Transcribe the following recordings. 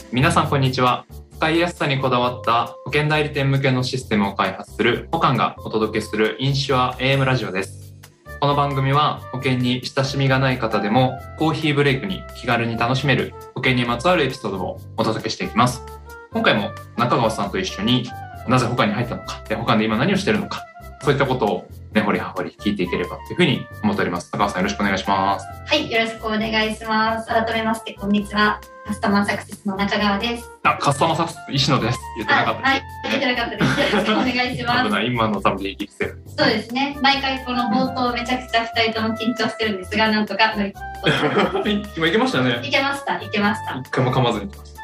皆さんこんにちは。使いやすさにこだわった保険代理店向けのシステムを開発する保管がお届けするインシュア AM ラジオです。この番組は保険に親しみがない方でもコーヒーブレイクに気軽に楽しめる保険にまつわるエピソードをお届けしていきます。今回も中川さんと一緒になぜ保管に入ったのか、保管で今何をしているのか、そういったことを根掘り葉掘り聞いていければというふうに思っております。中川さんよろしくお願いします。 はい、よろしくお願いします。改めましてこんにちは。カスタマーサクセスの中川です。 カスタマーサクセス石野です。言ってなかったです、ね。 はい、言ってなかったです。よろしくお願いします。 危ない、今の多分できてる。 そうですね。毎回この冒頭めちゃくちゃ2人とも緊張してるんですが、なんとか乗り切って今いけましたね。 いけました。一回も噛まずにいきました。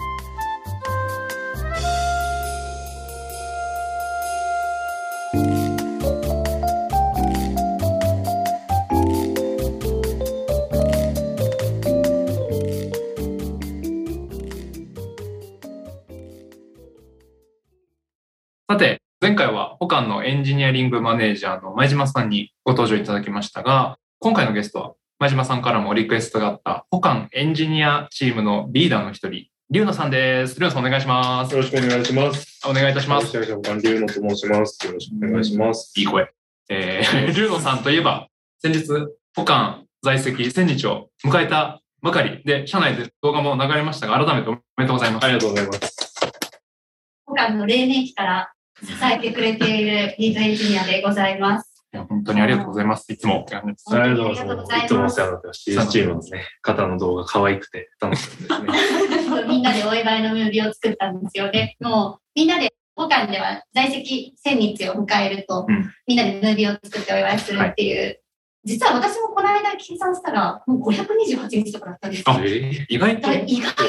さて、前回は保管のエンジニアリングマネージャーの前島さんにご登場いただきましたが、今回のゲストは前島さんからもリクエストがあった保管エンジニアチームのリーダーの一人、龍野さんです。龍野さんお願いします。 よろしくお願いします。 お願いいたします。 龍野と申します。よろしくお願いします。 いい声。龍野さんといえば、先日保管在籍1000日を迎えたばかりで、社内で動画も流れましたが、改めておめでとうございます。 ありがとうございます。 保管の黎明期から支えてくれているリードエンジニアでございます。 いや本当にありがとうございます。いつも。 ありがとうございます。いつもお世話になってます。CS チームのね、方の動画可愛くて楽しかったですね。 みんなでお祝いのムービーを作ったんですよね。もうみんなで保管では在籍1000日を迎えると、みんなでムービーを作ってお祝いするっていう、実は私もこの間計算したらもう528日とかだったんですよ。 意外と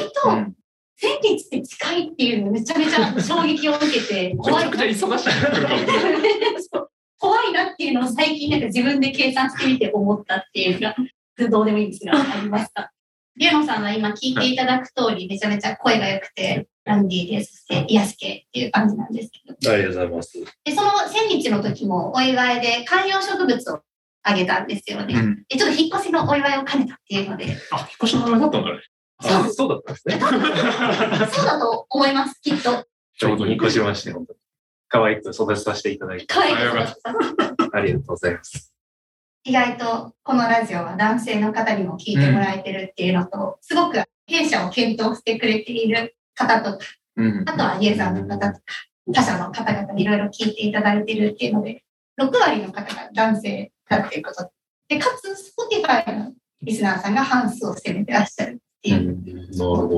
1000日って近いっていうのめちゃめちゃ衝撃を受けて怖い。めちゃくちゃ忙しい。 怖いなっていうのを最近なんか自分で計算してみて思ったっていうか、どうでもいいんですが、ありました。龍野さんは今聞いていただく通り、めちゃめちゃ声が良くて、ランディーで、そして癒し系っていう感じなんですけど。 ありがとうございます。 で、その1000日の時もお祝いで観葉植物をあげたんですよね。で、ちょっと引っ越しのお祝いを兼ねたっていうので。 引っ越しのお祝いだったんだね。 そうだったんですね。 そうだと思います、きっと。 ちょうど引っ越しまして、本当に。可愛く育てさせていただいて。 可愛く育てさせて。 ありがとうございます。 意外とこのラジオは男性の方にも聞いてもらえてるっていうのと、すごく弊社を検討してくれている方とか、あとはユーザーの方とか、他社の方々にいろいろ聞いていただいてるっていうので、6割の方が男性だっていうことで、かつ Spotify のリスナーさんが半数を占めてらっしゃるっていう、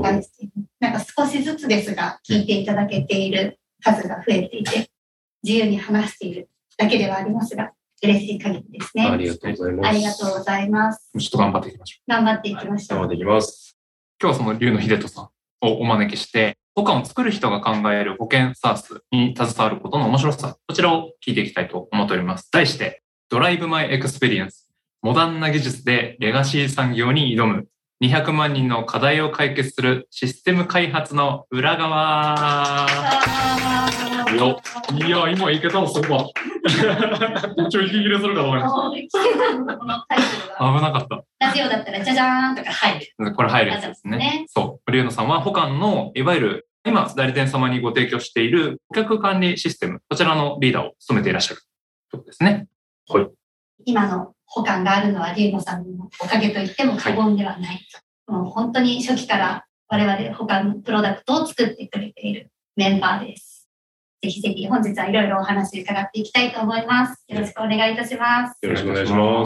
なんか少しずつですが聞いていただけている数が増えていて、自由に話しているだけではありますが、嬉しい限りですね。 ありがとうございます。 ありがとうございます。 ちょっと頑張っていきましょう。 頑張っていきましょう。 頑張っていきます。 今日はその龍野秀人さんをお招きして、保管を作る人が考える保険サースに携わることの面白さ、こちらを聞いていきたいと思っております。題して、ドライブマイエクスペリエンス。モダンな技術でレガシー産業に挑む。200万人の課題を解決するシステム開発の裏側。いや、今いけたのすごい。ちょい息切れするかと思いました。危なかった。 ラジオだったらじゃじゃーんとか入る。 これ入るやつですね。そう。龍野さんは保管のいわゆる今代理店様にご提供している顧客管理システム、こちらのリーダーを務めていらっしゃるということですね。 はい。 今の保管があるのは龍野さんのおかげと言っても過言ではない。もう本当に初期から我々保管プロダクトを作ってくれているメンバーです。ぜひぜひ本日はいろいろお話伺っていきたいと思います。よろしくお願いいたします。 よろしくお願いします。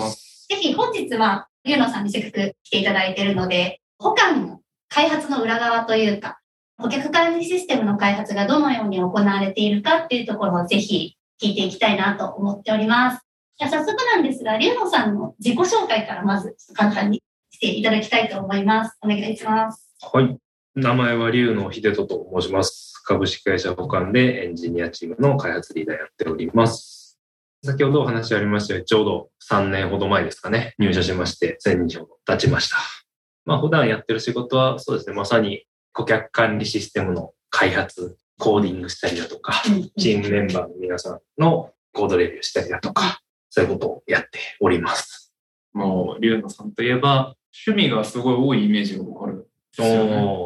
ぜひ本日は龍野さんにせっかく来ていただいているので、保管の開発の裏側というか、顧客管理システムの開発がどのように行われているかっていうところをぜひ聞いていきたいなと思っております。じゃあ早速なんですが、龍野さんの自己紹介からまず簡単にしていただきたいと思います。お願いします。 はい。名前は龍野秀人と申します。株式会社保管でエンジニアチームの開発リーダーやっております。先ほどお話ありましたように、ちょうど3年ほど前ですかね、入社しまして1000日ほど経ちました。普段やってる仕事はそうですね、まさに顧客管理システムの開発、コーディングしたりだとか、チームメンバーの皆さんのコードレビューしたりだとか、そういうことをやっております。 もう龍野さんといえば趣味がすごい多いイメージが僕あるんですよね。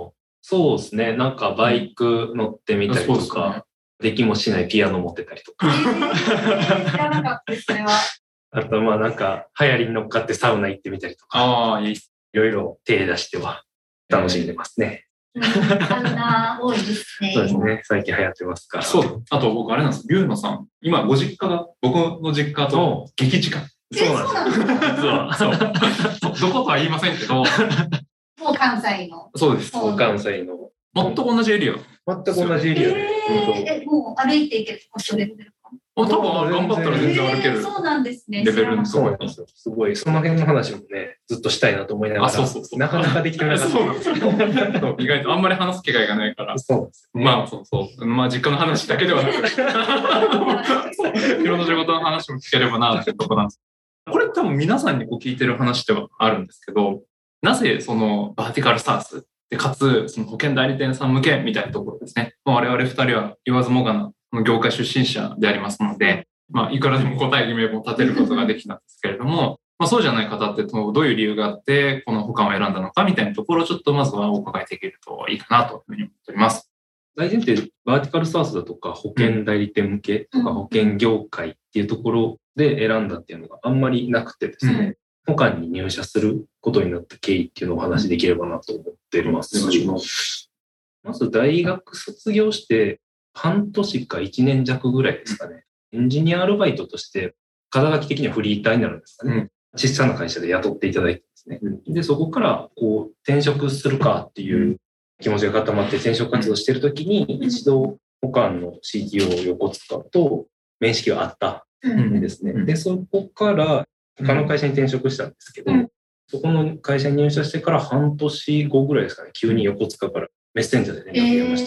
そうですね。なんかバイク乗ってみたりとか、できもしないピアノ持ってたりとか。 知らなかったです、それは。 あとまあなんか流行りに乗っかってサウナ行ってみたりとか、いろいろ手出しては楽しんでますね。 サウナ多いですね。 そうですね。最近流行ってますから。 そう。あと僕あれなんです。龍野さん。今ご実家が僕の実家と激近。 そうなんですよ。実は。 そう。どことは言いませんけど。もう関西の。 そうです。 関西の。 全く同じエリア。 全く同じエリアで。もう歩いていけるとこレベルか。 多分頑張ったら全然歩ける。 そうなんですね。 レベルのそうなんですよ。すごい、その辺の話もね、ずっとしたいなと思いながら。なかなかできてなかった。 そうなんですよ。意外とあんまり話す機会がないから。 そうです。 まあ、そう。まあ、実家の話だけではなく、いろんな仕事の話も聞ければな、ってとこなんです。これ多分皆さんにこう聞いてる話ではあるんですけど、なぜそのバーティカルスタースで、かつ、その保険代理店さん向けみたいなところですね。我々二人は言わずもがな業界出身者でありますので、まあ、いくらでも答え決めも立てることができたんですけれども、まあ、そうじゃない方ってどういう理由があって、この保険を選んだのかみたいなところをちょっとまずはお伺いできるといいかなというふうに思っております。 大前提、バーティカルスタースだとか、保険代理店向けとか、保険業界っていうところで選んだっていうのがあんまりなくてですね、保険に入社することになった経緯っていうのをお話しできればなと思っています。まず大学卒業して半年か1年弱ぐらいですかね。エンジニアアルバイトとして、肩書き的にはフリーターになるんですかね。小さな会社で雇っていただいてですね。で、そこからこう転職するかっていう気持ちが固まって転職活動しているときに、一度保険の CTO 横塚と面識があったんですね。で、そこから他の会社に転職したんですけど、そこの会社に入社してから半年後ぐらいですかね、急に横塚からメッセンジャーで連絡がまして、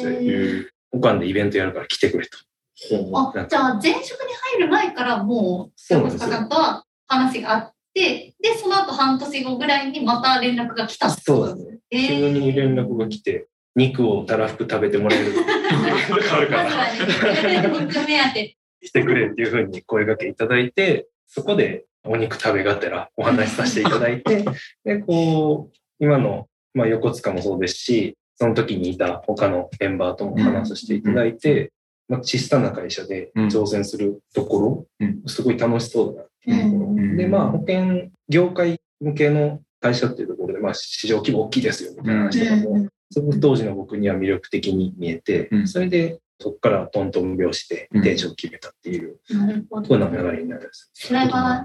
保険でイベントやるから来てくれと。 じゃあ前職に入る前からもう横塚さんとは話があって、で、その後半年後ぐらいにまた連絡が来た。 そうですね。急に連絡が来て、肉をたらふく食べてもらえるあるから、 肉目当て来てくれっていうふうに声掛けいただいて、そこでお肉食べがてらお話しさせていただいて、で、こう、今の、まあ、横塚もそうですし、その時にいた他のメンバーとも話させていただいて、まあ、小さな会社で挑戦するところ、すごい楽しそうだなっていうところ。で、まあ、保険業界向けの会社っていうところで、まあ、市場規模大きいですよみたいな話とかも、その当時の僕には魅力的に見えて、それで、そこからトントン拍子で転職を決めたっていう、こんな流れになるんです。 それは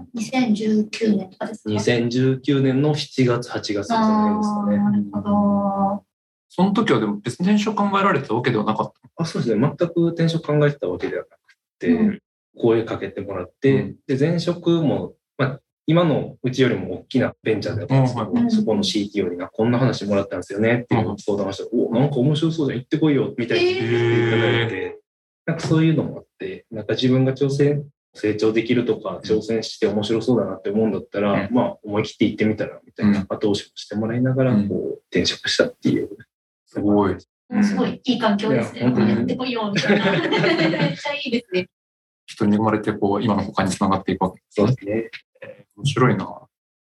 2019年とかですか ？2019年の7月、8月ですかね。 なるほど。 その時はでも別に転職考えられてたわけではなかった？ そうですね。全く転職考えてたわけではなくて、声かけてもらって、で、前職も、まあ、今のうちよりも大きなベンチャーだったんですけど、そこの CTO にこんな話もらったんですよねっていうのを相談したら、なんか面白そうじゃん、行ってこいよ、みたいに言っていただいて、なんかそういうのもあって、なんか自分が成長できるとか、挑戦して面白そうだなって思うんだったら、まあ思い切って行ってみたら、みたいな後押しをしてもらいながら、こう、転職したっていう。 すごい。 すごいいい環境ですね。やってこいよ、みたいな。めっちゃいいですね。 人に生まれて、こう、今の他に繋がっていくわけですね。そうですね。 面白いな。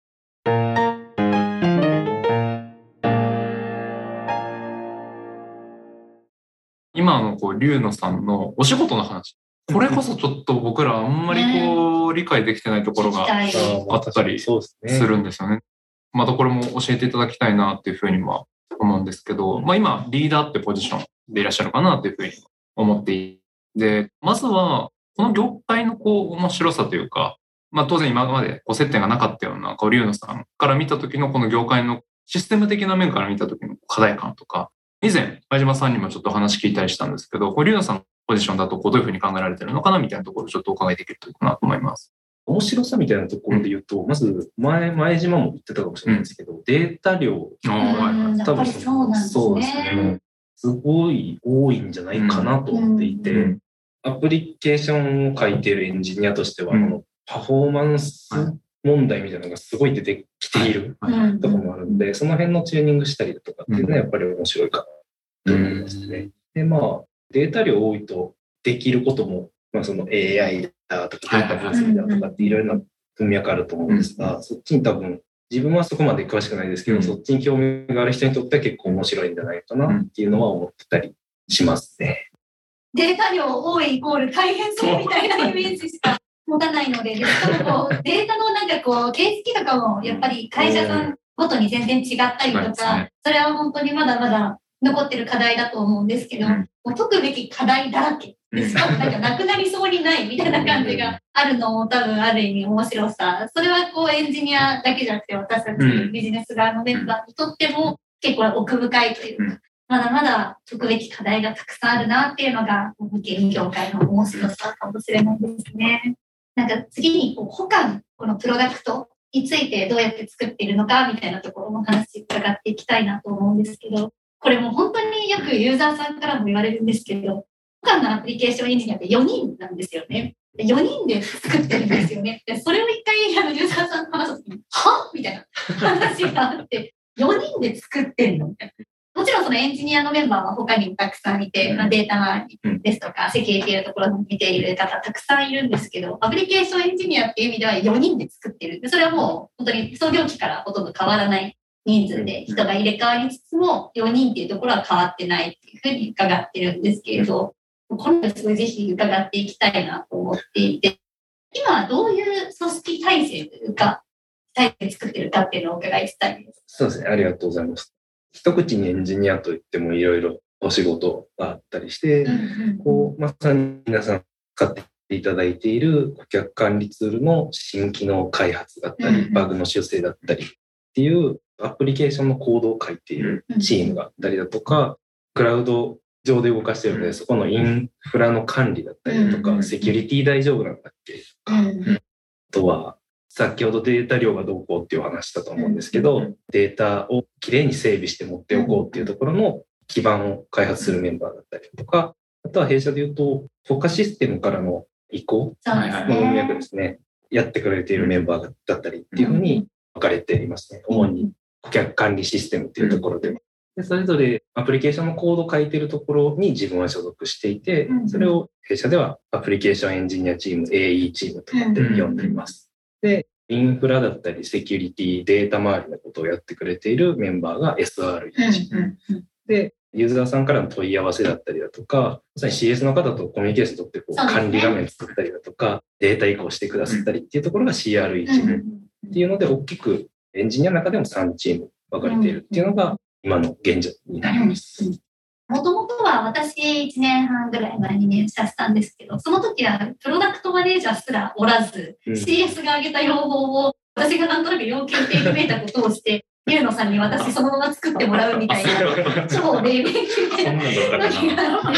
今のこう龍野さんのお仕事の話、これこそちょっと僕らあんまりこう理解できてないところがあったりするんですよね。またこれも教えていただきたいなっていうふうには思うんですけど、まあ今リーダーってポジションでいらっしゃるかなっていうふうに思っていて、まずはこの業界のこう面白さというか、まあ当然今までこう接点がなかったような龍野さんから見た時のこの業界のシステム的な面から見た時の課題感とか、以前相島さんにもちょっと話聞いたりしたんですけど、龍野さんのポジションだとこうどういうふうに考えられてるのかなみたいなところをちょっとお伺いできるといいかなと思います。 面白さみたいなところで言うと、まず前島も言ってたかもしれないですけど、データ量多分そうですね。すごい多いんじゃないかなと思っていて、アプリケーションを書いているエンジニアとしては、パフォーマンス問題みたいなのがすごい出てきているところもあるんで、その辺のチューニングしたりだとかっていうのはやっぱり面白いかなと思いますね。で、まあ、データ量多いとできることも、まあその AI だとか、データ分析だとかっていろいろな文脈あると思うんですが、そっちに多分自分はそこまで詳しくないですけど、そっちに興味がある人にとっては結構面白いんじゃないかなっていうのは思ってたりしますね。 データ量多いイコール大変そうみたいなイメージしか持たないので、しかもデータの形式とかもやっぱり会社さんごとに全然違ったりとか、それは本当にまだまだ残ってる課題だと思うんですけど、もう解くべき課題だらけ。しかもなくなりそうにないみたいな感じがあるのも多分ある意味面白さ。それはエンジニアだけじゃなくて私たちビジネス側のメンバーにとっても結構奥深いというか、まだまだ解くべき課題がたくさんあるなっていうのが保険業界の面白さかもしれないですね。次に補完、このプロダクトについてどうやって作っているのかみたいなところの話伺っていきたいなと思うんですけど、これもう本当によくユーザーさんからも言われるんですけど、他のアプリケーションエンジニアって4人なんですよね。4人で作ってるんですよね。でそれを一回ユーザーさんと話すときに、はみたいな話があって、4人で作ってるのみたいな。もちろんそのエンジニアのメンバーは他にもたくさんいて、データ周りですとか、セキュリティのところに見ている方たくさんいるんですけど、アプリケーションエンジニアっていう意味では4人で作ってる。でそれはもう本当に創業期からほとんど変わらない人数で人が入れ替わりつつも4人っていうところは変わってないっていうふうに伺ってるんですけれど、これをすごいぜひ伺っていきたいなと思っていて、今はどういう組織体制というか、体制作ってるかっていうのをお伺いしたいです。 そうですね、ありがとうございます。一口にエンジニアといってもいろいろお仕事があったりして、まさに皆さん使っていただいている顧客管理ツールの新機能開発だったり、バグの修正だったりっていうアプリケーションのコードを書いているチームがあったりだとか、クラウド上で動かしているので、そこのインフラの管理だったりだとか、セキュリティ大丈夫なんだっけとか、あとは、先ほどデータ量がどうこうっていう話だと思うんですけど、データをきれいに整備して持っておこうっていうところの基盤を開発するメンバーだったりとか、あとは弊社でいうと、国家システムからの移行の文脈ですね、やってくれているメンバーだったりっていうふうに分かれていますね。主に顧客管理システムっていうところで。でそれぞれアプリケーションのコードを書いているところに自分は所属していて、それを弊社ではアプリケーションエンジニアチーム AE チームとかって呼んでいます。で、インフラだったりセキュリティ、データ周りのことをやってくれているメンバーが SRE チーム。で、ユーザーさんからの問い合わせだったりだとか、まさに CS の方とコミュニケーションを取って管理画面作ったりだとか、データ移行してくださったりっていうところが CRE チームっていうので、大きくエンジニアの中でも3チーム分かれているっていうのが今の現状になります。 もともとは私1年半ぐらい前に入社したんですけど、その時はプロダクトマネージャーすらおらず、CS が挙げた要望を私がなんとなく要求的にめいたことをして、ユーノさんに私そのまま作ってもらうみたいな超黎明期みたいな時があって、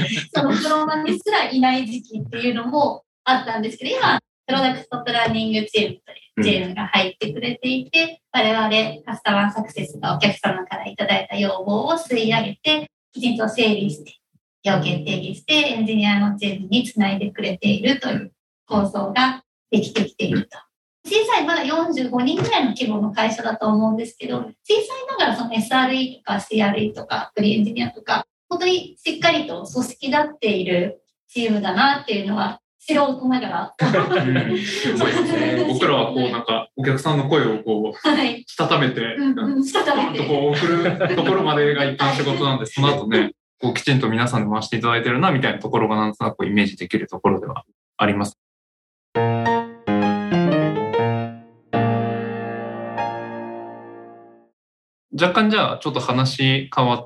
そのプロマネすらいない時期っていうのもあったんですけど、今プロダクトプランニングチームというチームが入ってくれていて、我々カスタマーサクセスがお客様からいただいた要望を吸い上げて、きちんと整理して、要件定義して、エンジニアのチームにつないでくれているという構想ができてきていると。小さい、まだ45人ぐらいの規模の会社だと思うんですけど、小さいながらその SRE とか CRE とかアプリエンジニアとか、本当にしっかりと組織立っているチームだなっていうのは、素人ながら。 そうですね。僕らはお客さんの声をしたためて、送るところまでが一旦仕事なんで、その後ね、きちんと皆さんで回していただいてるなみたいなところがなんとなくイメージできるところではあります。若干じゃあちょっと話変わって、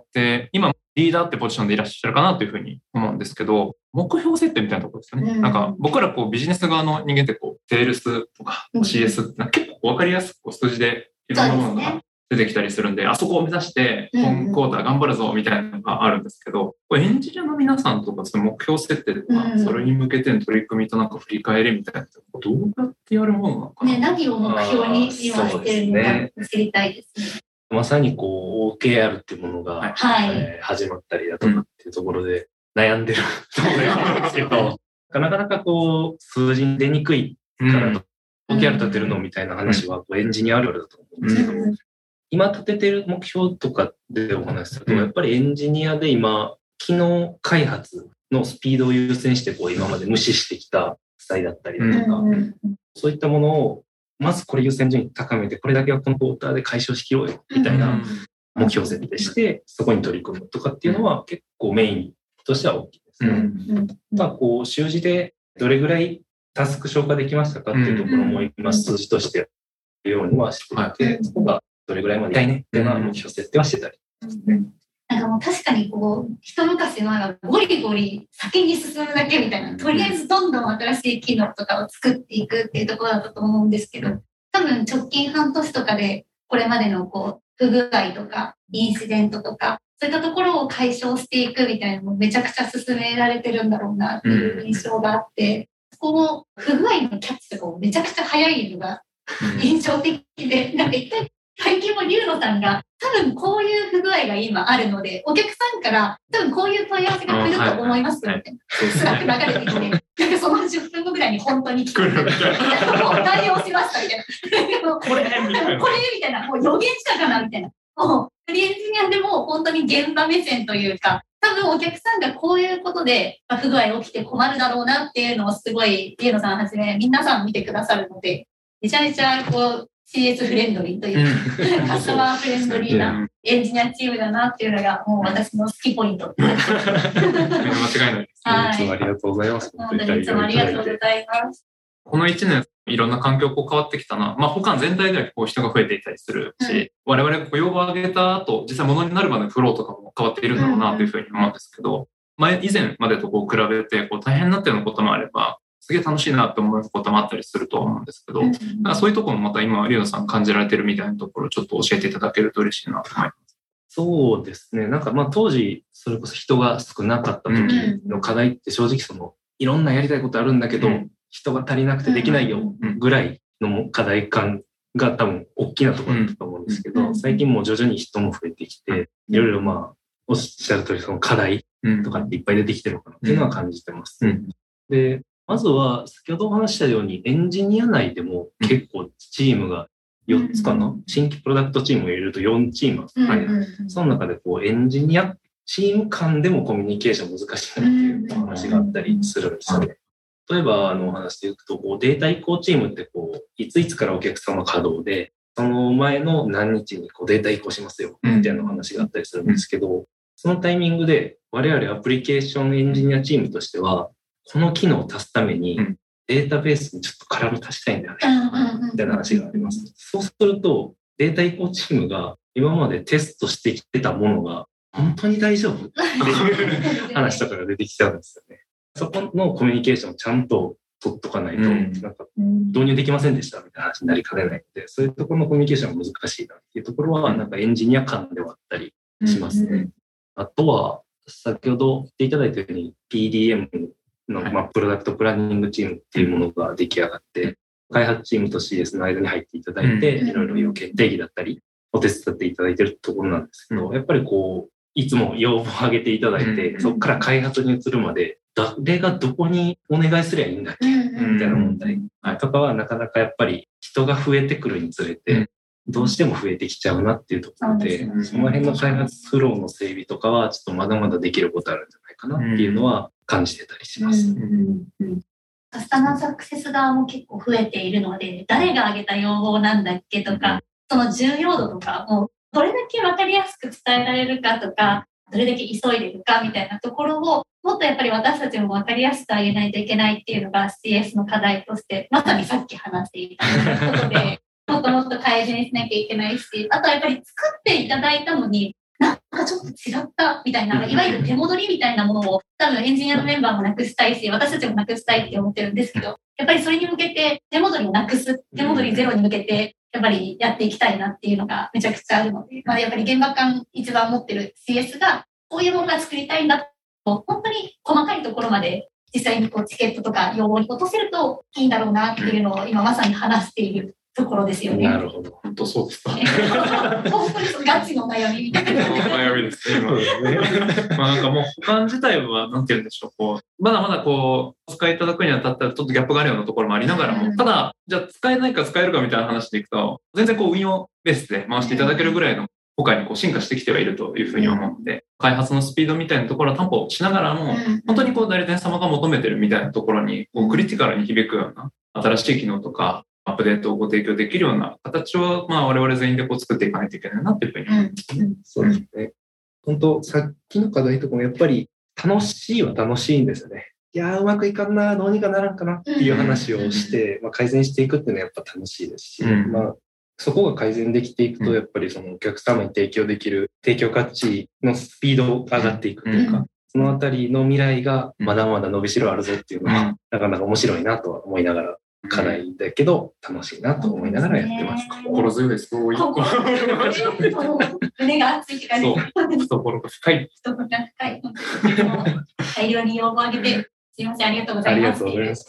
今リーダーってポジションでいらっしゃるかなというふうに思うんですけど、目標設定みたいなところですよね。僕らビジネス側の人間ってセールスとか CS って結構分かりやすく数字でいろんなものが出てきたりするんで、あそこを目指して今クォーター頑張るぞみたいなのがあるんですけど、エンジニアの皆さんとかその目標設定とか、それに向けての取り組みと振り返りみたいなのどうやってやるものなのかな。 何を目標に今してるのか知りたいですね。 まさにOKR っていうものが、始まったりだとかっていうところで悩んでるところなんですけど、なかなか数字に出にくいからOKR 立てるのみたいな話はエンジニアあるあるだと思うんですけど、今立ててる目標とかでお話しすると、やっぱりエンジニアで今、機能開発のスピードを優先して今まで無視してきた際だったりだとか、そういったものをまずこれ優先順位高めて、これだけはこのクォーターで解消しきろうよ、みたいな目標設定して、そこに取り組むとかっていうのは結構メインとしては大きいですね。こう、習字でどれぐらいタスク消化できましたかっていうところも今数字としてやるようにはしていて、そこがどれぐらいまで痛いねっていうのは目標設定はしてたりですね。 なんかもう確かにこう、一昔のゴリゴリ先に進むだけみたいな、とりあえずどんどん新しい機能とかを作っていくっていうところだったと思うんですけど、多分直近半年とかでこれまでのこう、不具合とかインシデントとか、そういったところを解消していくみたいなのもめちゃくちゃ進められてるんだろうなっていう印象があって、そこの不具合のキャッチとかもめちゃくちゃ早いのが印象的で、なんか一回最近も龍野さんが多分こういう不具合が今あるので、お客さんから多分こういう問い合わせが来ると思いますみたいな、スラック流れてきて、なんかその10分後ぐらいに本当に来るみたいな、もう対応しましたみたいな、これみたいな、もう予言したかなみたいな、もうフリーエンジニアでも本当に現場目線というか、多分お客さんがこういうことで不具合起きて困るだろうなっていうのをすごい龍野さんはじめ皆さん見てくださるので、めちゃめちゃこうCS フレンドリーというか、カスタマーフレンドリーなエンジニアチームだなっていうのがもう私の好きポイント。 間違いないです。 いつもありがとうございます。 本当にいつもありがとうございます。 この1年、いろんな環境こう変わってきたな。保管全体ではこう人が増えていたりするし、我々が雇用を上げた後、実際物になるまでのフローとかも変わっているんだろうなというふうに思うんですけど、以前までとこう比べてこう大変になったようなこともあれば、すげえ楽しいなって思うこともあったりすると思うんですけど、そういうところもまた今、龍野さん感じられてるみたいなところをちょっと教えていただけると嬉しいなと思います。 そうですね。なんか当時、それこそ人が少なかった時の課題って正直いろんなやりたいことあるんだけど、人が足りなくてできないよぐらいの課題感が多分大きなところだと思うんですけど、最近もう徐々に人も増えてきて、いろいろおっしゃる通りその課題とかっていっぱい出てきてるのかなっていうのは感じてます。で、まずは先ほどお話したようにエンジニア内でも結構チームが4つかな、新規プロダクトチームを入れると4チームある。その中でこうエンジニアチーム間でもコミュニケーション難しいなっていう話があったりするんですよね。例えばお話で言うとこうデータ移行チームってこういついつからお客様稼働でその前の何日にこうデータ移行しますよみたいな話があったりするんですけど、そのタイミングで我々アプリケーションエンジニアチームとしてはこの機能を足すためにデータベースにちょっと絡み足したいんだよねみたいな話があります。そうするとデータ移行チームが今までテストしてきてたものが本当に大丈夫っていう話とかが出てきちゃうんですよね。そこのコミュニケーションをちゃんと取っとかないと、なんか導入できませんでしたみたいな話になりかねないので、そういうところのコミュニケーションが難しいなっていうところは、なんかエンジニア間ではあったりしますね。あとは、先ほど言っていただいたように PDM の、プロダクトプランニングチームっていうものが出来上がって、開発チームと CS の間に入っていただいて、いろいろ要件定義だったり、お手伝っていただいているところなんですけど、やっぱりこう、いつも要望を上げていただいて、そこから開発に移るまで、誰がどこにお願いすりゃいいんだっけみたいな問題とかはなかなかやっぱり人が増えてくるにつれて、どうしても増えてきちゃうなっていうところで、その辺の開発フローの整備とかはちょっとまだまだできることあるんじゃないかなっていうのは感じてたりします。 カスタマーサクセス側も結構増えているので、誰が挙げた要望なんだっけとか、その重要度とかもどれだけ分かりやすく伝えられるかとか、どれだけ急いでるかみたいなところをもっとやっぱり私たちも分かりやすくあげないといけないっていうのが CS の課題としてまさにさっき話していたことでもっともっと改善しなきゃいけないし、あとはやっぱり作っていただいたのになんかちょっと違ったみたいな、いわゆる手戻りみたいなものを多分エンジニアのメンバーもなくしたいし、私たちもなくしたいって思ってるんですけど、やっぱりそれに向けて手戻りをなくす、手戻りゼロに向けてやっぱりやっていきたいなっていうのがめちゃくちゃあるので、やっぱり現場間一番持ってる CS がこういうものが作りたいんだと、本当に細かいところまで実際にこうチケットとか要望に落とせるといいんだろうなっていうのを今まさに話しているところですよね。 なるほど。 本当そうですか。 本当にそのガチの悩みみたいな。 悩みですね、今。なんかもう保管自体は、なんて言うんでしょう、こう、まだまだこう、お使いいただくにあたってはちょっとギャップがあるようなところもありながらも、ただ、じゃあ使えないか使えるかみたいな話でいくと、全然こう運用ベースで回していただけるぐらいの他にこう進化してきてはいるというふうに思うので、開発のスピードみたいなところを担保しながらも、本当にこう代理店様が求めてるみたいなところに、こうクリティカルに響くような新しい機能とか、 アップデートをご提供できるような形を、我々全員でこう作っていかないといけないなっていうふうに思いますね。 そうですね。本当、さっきの課題とかもやっぱり楽しいは楽しいんですよね。いやー、うまくいかんな、どうにかならんかなっていう話をして、改善していくっていうのはやっぱ楽しいですし、そこが改善できていくと、やっぱりそのお客様に提供できる提供価値のスピードが上がっていくというか、そのあたりの未来がまだまだ伸びしろあるぞっていうのは、なかなか面白いなとは思いながら、課題だけど楽しいなと思いながらやってます。 心強いです。 胸が熱いって感じ。 懐が深い。 懐が深い。大量に要望を上げて、すいません、ありがとうございます。 ありがとうございます。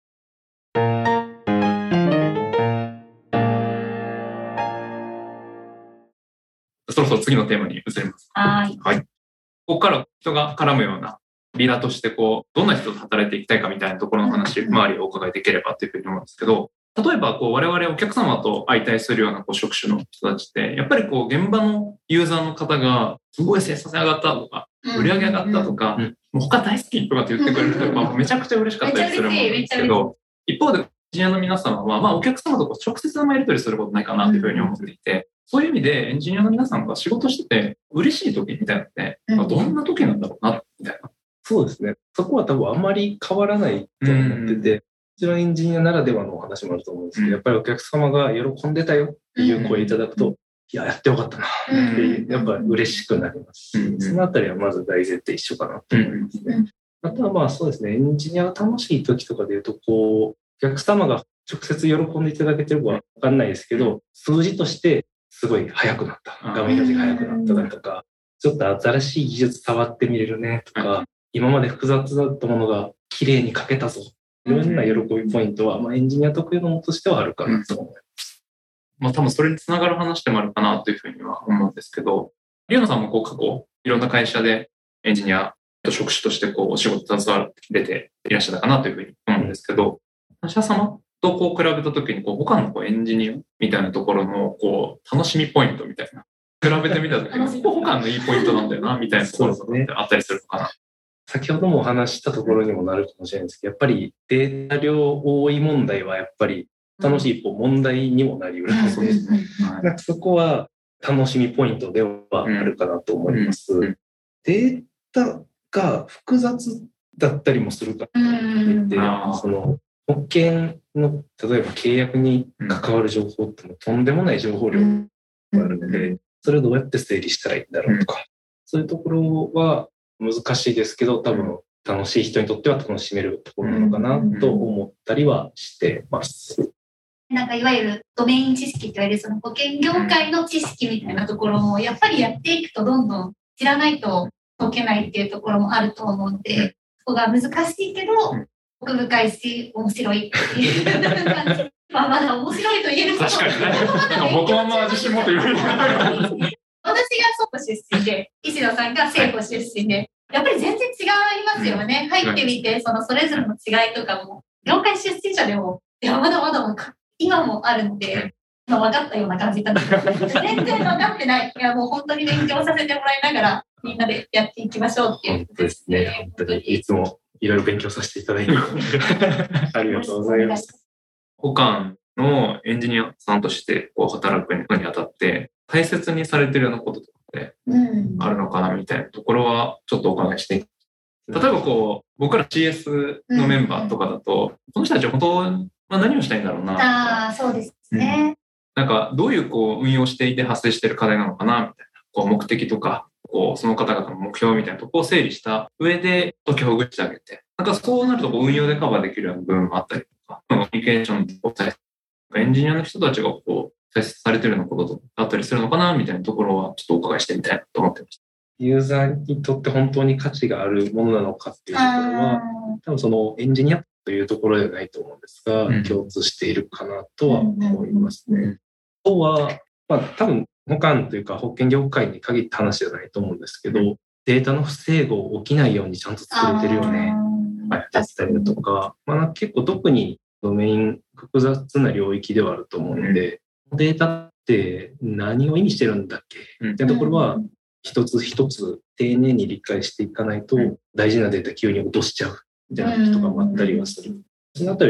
そろそろ次のテーマに移ります。 はい。 ここから人が絡むようなリーダーとしてどんな人と働いていきたいかみたいなところの話、周りをお伺いできればというふうに思うんですけど、例えば我々お客様と相対するような職種の人たちって、やっぱり現場のユーザーの方がすごい生産性上がったとか、売り上げ上がったとか、もう他大好きとかって言ってくれると、めちゃくちゃ嬉しかったりするんですけど、一方でエンジニアの皆様は、お客様と直接やり取りすることないかなというふうに思っていて、そういう意味でエンジニアの皆さんが仕事してて嬉しい時みたいなのって、どんな時なんだろうな、みたいな。 そうですね。そこは多分あんまり変わらないと思ってて、もちろんエンジニアならではのお話もあると思うんですけど、やっぱりお客様が喜んでたよっていう声いただくと、いやってよかったなって、やっぱ嬉しくなりますし、そのあたりはまず大前提一緒かなと思いますね。あとはそうですね、エンジニアが楽しい時とかで言うと、お客様が直接喜んでいただけてるかわかんないですけど、数字としてすごい速くなった。画面表示が速くなっただとか、ちょっと新しい技術触ってみれるねとか、今まで複雑だったものが綺麗に書けたぞ。いろんな喜びポイントは、エンジニア特有のものとしてはあるかなと思います。 多分それにつながる話でもあるかなというふうには思うんですけど、リオナさんも過去、いろんな会社でエンジニアと職種としてお仕事携わって出ていらっしゃったかなというふうに思うんですけど、他社様と比べたときに他のエンジニアみたいなところの楽しみポイントみたいな、比べてみたときに他のいいポイントなんだよなみたいなところってあったりするのかな。 先ほどもお話したところにもなるかもしれないんですけど、やっぱりデータ量多い問題はやっぱり楽しい一方問題にもなりうるので、そこは楽しみポイントではあるかなと思います。データが複雑だったりもするからって、その保険の例えば契約に関わる情報ってとんでもない情報量があるので、それをどうやって整理したらいいんだろうとか、そういうところは難しいですけど、多分楽しい人にとっては楽しめるところなのかなと思ったりはしてます。 いわゆるドメイン知識と言われるその保険業界の知識みたいなところもやっぱりやっていくとどんどん知らないと解けないっていうところもあると思うので、そこが難しいけど奥深いし面白いっていう感じ。まだ面白いと言えること。 確かに。僕も自信持って言われて私が総合出身で、石野さんが生保出身で、やっぱり全然違いますよね。入ってみて、それぞれの違いとかも、業界出身者でも、まだまだ今もあるので、分かったような感じだった。全然分かってない。もう本当に勉強させてもらいながら、みんなでやっていきましょうっていうことですね。 本当にいつもいろいろ勉強させていただいて、ありがとうございます。 他のエンジニアさんとして働くにあたって、大切にされてるようなこととかってあるのかなみたいなところはちょっとお伺いして、例えば僕ら CS のメンバーとかだと、この人たちは本当は何をしたいんだろうな。 そうですね。 どういう運用していて発生している課題なのかなみたいな、目的とかその方々の目標みたいなところを整理した上で解きほぐしてあげて、そうなると運用でカバーできるような部分もあったりとか、コミュニケーションをエンジニアの人たちが大切されてるようなことだったりするのかなみたいなところはちょっとお伺いしてみたいなと思ってました。 ユーザーにとって本当に価値があるものなのかっていうところは、多分そのエンジニアというところではないと思うんですが、共通しているかなとは思いますね。あとは、多分保管というか保険業界に限った話じゃないと思うんですけど、データの不整合起きないようにちゃんと作れてるよね。だったりだとか、結構特にドメイン複雑な領域ではあると思うので、データって何を意味してるんだっけっていうところは一つ一つ丁寧に理解していかないと大事なデータ急に落としちゃうみたいなこととかもあったりはする。そのあたりは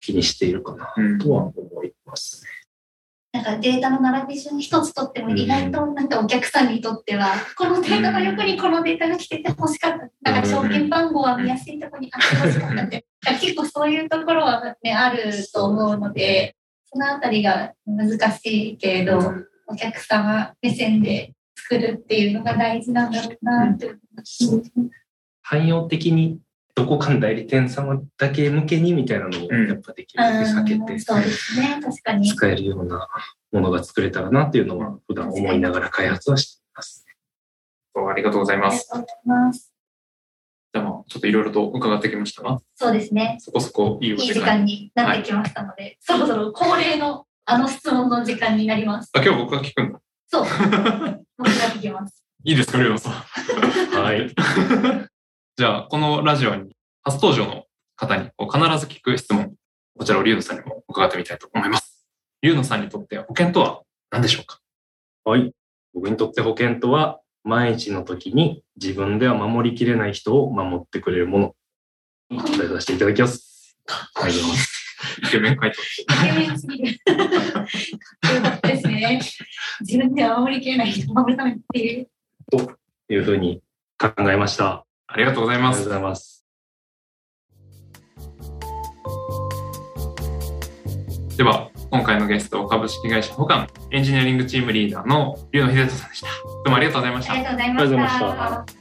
気にしているかなとは思いますね。 なんかデータの並び順一つとっても意外となんかお客さんにとってはこのデータの横にこのデータが来てて欲しかった。なんか証券番号は見やすいところにあって欲しかったって。結構そういうところはね、あると思うので、そのあたりが難しいけれど、お客様目線で作るっていうのが大事なんだろうなって思います。 汎用的にどこかの代理店様だけ向けにみたいなのをやっぱできるだけ避けて、 そうですね、確かに使えるようなものが作れたらなっていうのは普段思いながら開発はしています。 ありがとうございます。 ありがとうございます。 じゃあちょっといろいろと伺ってきましたが、 そうですね。 そこそこいい時間になってきましたので、そろそろ恒例の質問の時間になります。 今日僕が聞くんだ。 そう。僕が聞きます。 いいですか、リュウノさん。 はい。 じゃあ、このラジオに初登場の方に必ず聞く質問、こちらをリュウノさんにも伺ってみたいと思います。リュウノさんにとって保険とは何でしょうか？ はい。僕にとって保険とは、万一の時に自分では守りきれない人を守ってくれるもの。答えさせていただきます。ありがとうございます。 イケメン回答。 イケメンすぎる。かっこよかったですね。自分では守りきれない人を守るためっていう。 というふうに考えました。 ありがとうございます。 ありがとうございます。 では、今回のゲスト、株式会社保管エンジニアリングチームリーダーの龍野秀人さんでした。どうもありがとうございました。 ありがとうございました。